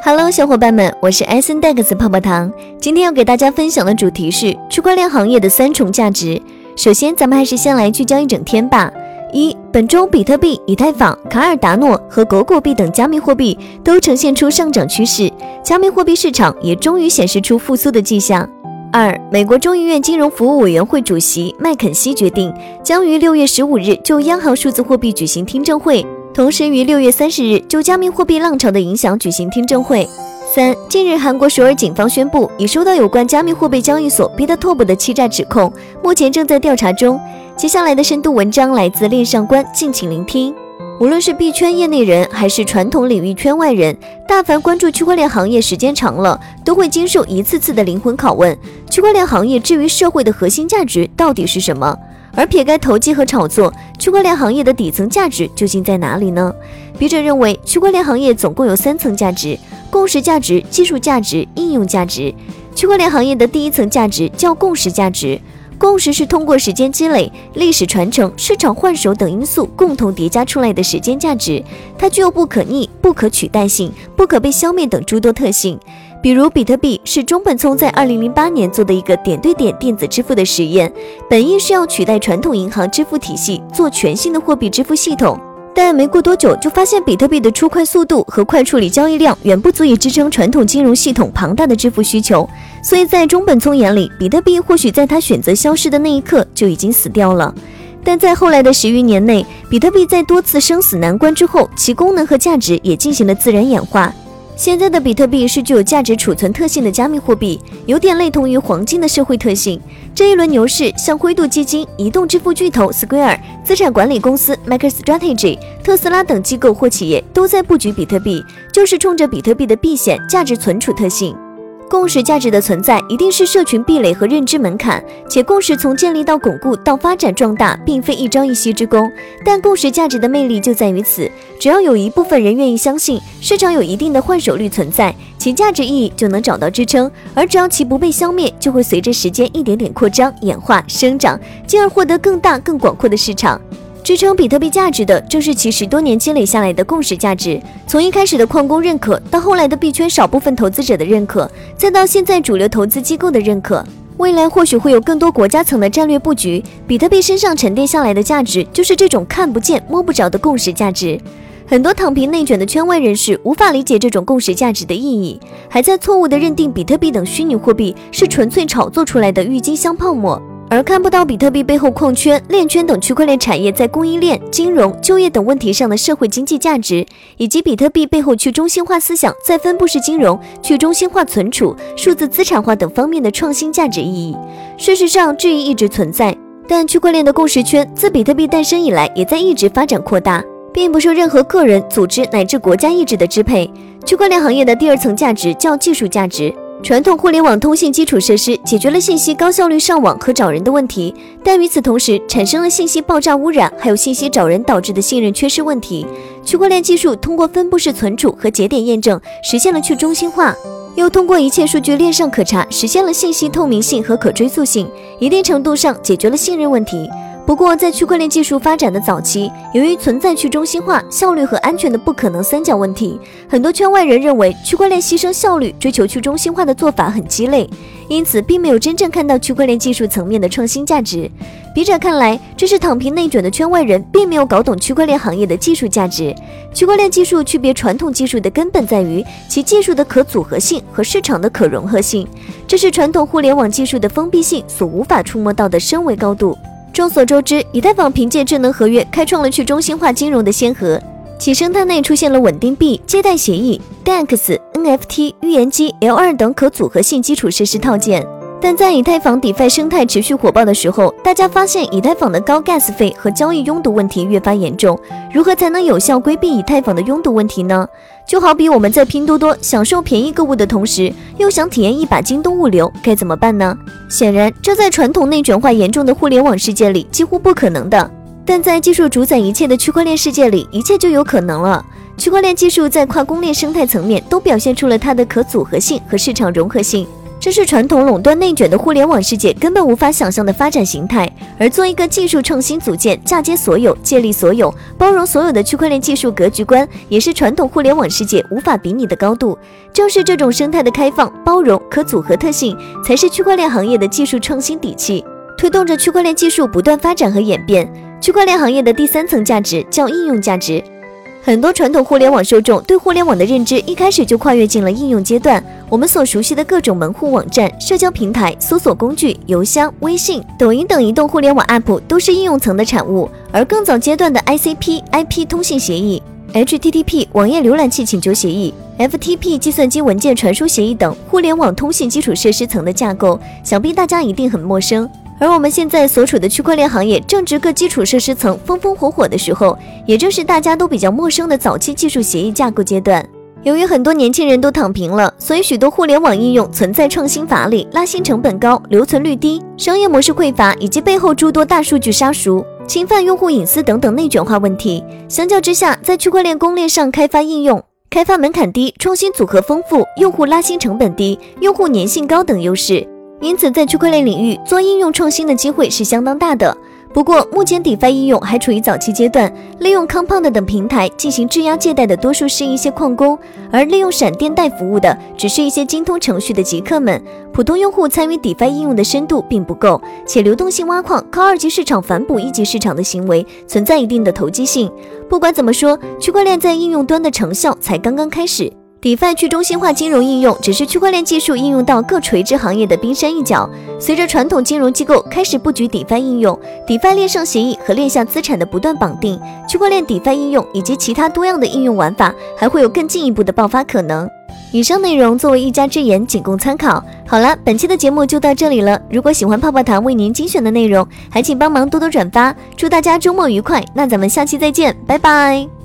Hello， 小伙伴们，我是艾森戴克斯泡泡糖。今天要给大家分享的主题是区块链行业的3重价值。首先，咱们还是先来聚焦一整天吧。本周比特币、以太坊、卡尔达诺和狗狗币等加密货币都呈现出上涨趋势，加密货币市场也终于显示出复苏的迹象。美国众议院金融服务委员会主席麦肯锡决定，将于6月15日就央行数字货币举行听证会，同时于6月30日就加密货币浪潮的影响举行听证会。近日韩国首尔警方宣布，已收到有关加密货币交易所 BitTop 的欺诈指控，目前正在调查中。接下来的深度文章来自链上观，敬请聆听。无论是币圈业内人还是传统领域圈外人，大凡关注区块链行业时间长了，都会经受一次次的灵魂拷问：区块链行业至于社会的核心价值到底是什么？而撇开投机和炒作，区块链行业的底层价值究竟在哪里呢？笔者认为，区块链行业总共有3层价值：共识价值、技术价值、应用价值。区块链行业的第一层价值叫共识价值。共识是通过时间积累、历史传承、市场换手等因素共同叠加出来的时间价值，它具有不可逆、不可取代性、不可被消灭等诸多特性。比如比特币是中本聪在2008年做的一个点对点电子支付的实验，本意是要取代传统银行支付体系，做全新的货币支付系统。但没过多久就发现比特币的出块速度和快处理交易量远不足以支撑传统金融系统庞大的支付需求，所以在中本聪眼里，比特币或许在他选择消失的那一刻就已经死掉了。但在后来的10余年内，比特币在多次生死难关之后，其功能和价值也进行了自然演化。现在的比特币是具有价值储存特性的加密货币，有点类同于黄金的社会特性。这一轮牛市，像灰度基金、移动支付巨头 Square、资产管理公司 MicroStrategy、特斯拉等机构或企业都在布局比特币，就是冲着比特币的避险、价值存储特性。共识价值的存在一定是社群壁垒和认知门槛，且共识从建立到巩固到发展壮大，并非一朝一夕之功。但共识价值的魅力就在于此，只要有一部分人愿意相信，市场有一定的换手率存在，其价值意义就能找到支撑，而只要其不被消灭，就会随着时间一点点扩张、演化、生长，进而获得更大、更广阔的市场。支撑比特币价值的正是其10多年积累下来的共识价值，从一开始的矿工认可，到后来的币圈少部分投资者的认可，再到现在主流投资机构的认可。未来或许会有更多国家层的战略布局，比特币身上沉淀下来的价值就是这种看不见摸不着的共识价值。很多躺平内卷的圈外人士无法理解这种共识价值的意义，还在错误地认定比特币等虚拟货币是纯粹炒作出来的郁金香泡沫，而看不到比特币背后矿圈、链圈等区块链产业在供应链、金融、就业等问题上的社会经济价值，以及比特币背后去中心化思想在分布式金融、去中心化存储、数字资产化等方面的创新价值意义。事实上，质疑一直存在，但区块链的共识圈自比特币诞生以来也在一直发展扩大，并不受任何个人、组织乃至国家意志的支配。区块链行业的第2层价值叫技术价值。传统互联网通信基础设施解决了信息高效率上网和找人的问题，但与此同时产生了信息爆炸污染，还有信息找人导致的信任缺失问题。区块链技术通过分布式存储和节点验证实现了去中心化，又通过一切数据链上可查实现了信息透明性和可追溯性，一定程度上解决了信任问题。不过，在区块链技术发展的早期，由于存在去中心化、效率和安全的不可能三角问题，很多圈外人认为区块链牺牲效率、追求去中心化的做法很鸡肋，因此并没有真正看到区块链技术层面的创新价值。笔者看来，这是躺平内卷的圈外人并没有搞懂区块链行业的技术价值。区块链技术区别传统技术的根本在于其技术的可组合性和市场的可融合性，这是传统互联网技术的封闭性所无法触摸到的深维高度。众所周知，以太坊凭借智能合约开创了去中心化金融的先河，其生态内出现了稳定币、借贷协议、DEX、NFT、预言机、L2 等可组合性基础设施套件。但在以太坊 DeFi 生态持续火爆的时候，大家发现以太坊的高 Gas 费和交易拥堵问题越发严重，如何才能有效规避以太坊的拥堵问题呢？就好比我们在拼多多享受便宜购物的同时，又想体验一把京东物流，该怎么办呢？显然，这在传统内卷化严重的互联网世界里几乎不可能的，但在技术主宰一切的区块链世界里，一切就有可能了。区块链技术在跨公链生态层面都表现出了它的可组合性和市场融合性。 这是传统垄断内卷的互联网世界根本无法想象的发展形态，而做一个技术创新组件、嫁接所有、借力所有、包容所有的区块链技术格局观，也是传统互联网世界无法比拟的高度。正是这种生态的开放、包容、可组合特性，才是区块链行业的技术创新底气，推动着区块链技术不断发展和演变。区块链行业的第三层价值叫应用价值。很多传统互联网受众对互联网的认知一开始就跨越进了应用阶段，我们所熟悉的各种门户网站、社交平台、搜索工具、邮箱、微信、抖音等移动互联网 App 都是应用层的产物，而更早阶段的 ICP、IP 通信协议、HTTP 网页浏览器请求协议、FTP 计算机文件传输协议等互联网通信基础设施层的架构，想必大家一定很陌生。而我们现在所处的区块链行业正值各基础设施层风风火火的时候，也正是大家都比较陌生的早期技术协议架构阶段。由于很多年轻人都躺平了，所以许多互联网应用存在创新乏力、拉新成本高、留存率低、商业模式匮乏，以及背后诸多大数据杀熟、侵犯用户隐私等等内卷化问题。相较之下，在区块链公链上开发应用，开发门槛低、创新组合丰富、用户拉新成本低、用户粘性高等优势。因此，在区块链领域做应用创新的机会是相当大的。不过，目前 DeFi 应用还处于早期阶段，利用 Compound 等平台进行质押借贷的多数是一些矿工，而利用闪电贷服务的只是一些精通程序的极客们。普通用户参与 DeFi 应用的深度并不够，且流动性挖矿靠二级市场反哺一级市场的行为存在一定的投机性。不管怎么说，区块链在应用端的成效才刚刚开始。DeFi 去中心化金融应用只是区块链技术应用到各垂直行业的冰山一角。随着传统金融机构开始布局 DeFi 应用， DeFi 链上协议和链下资产的不断绑定，区块链 DeFi 应用以及其他多样的应用玩法还会有更进一步的爆发可能。以上内容作为一家之言，仅供参考。好了，本期的节目就到这里了。如果喜欢泡泡糖为您精选的内容，还请帮忙多多转发。祝大家周末愉快，那咱们下期再见，拜拜。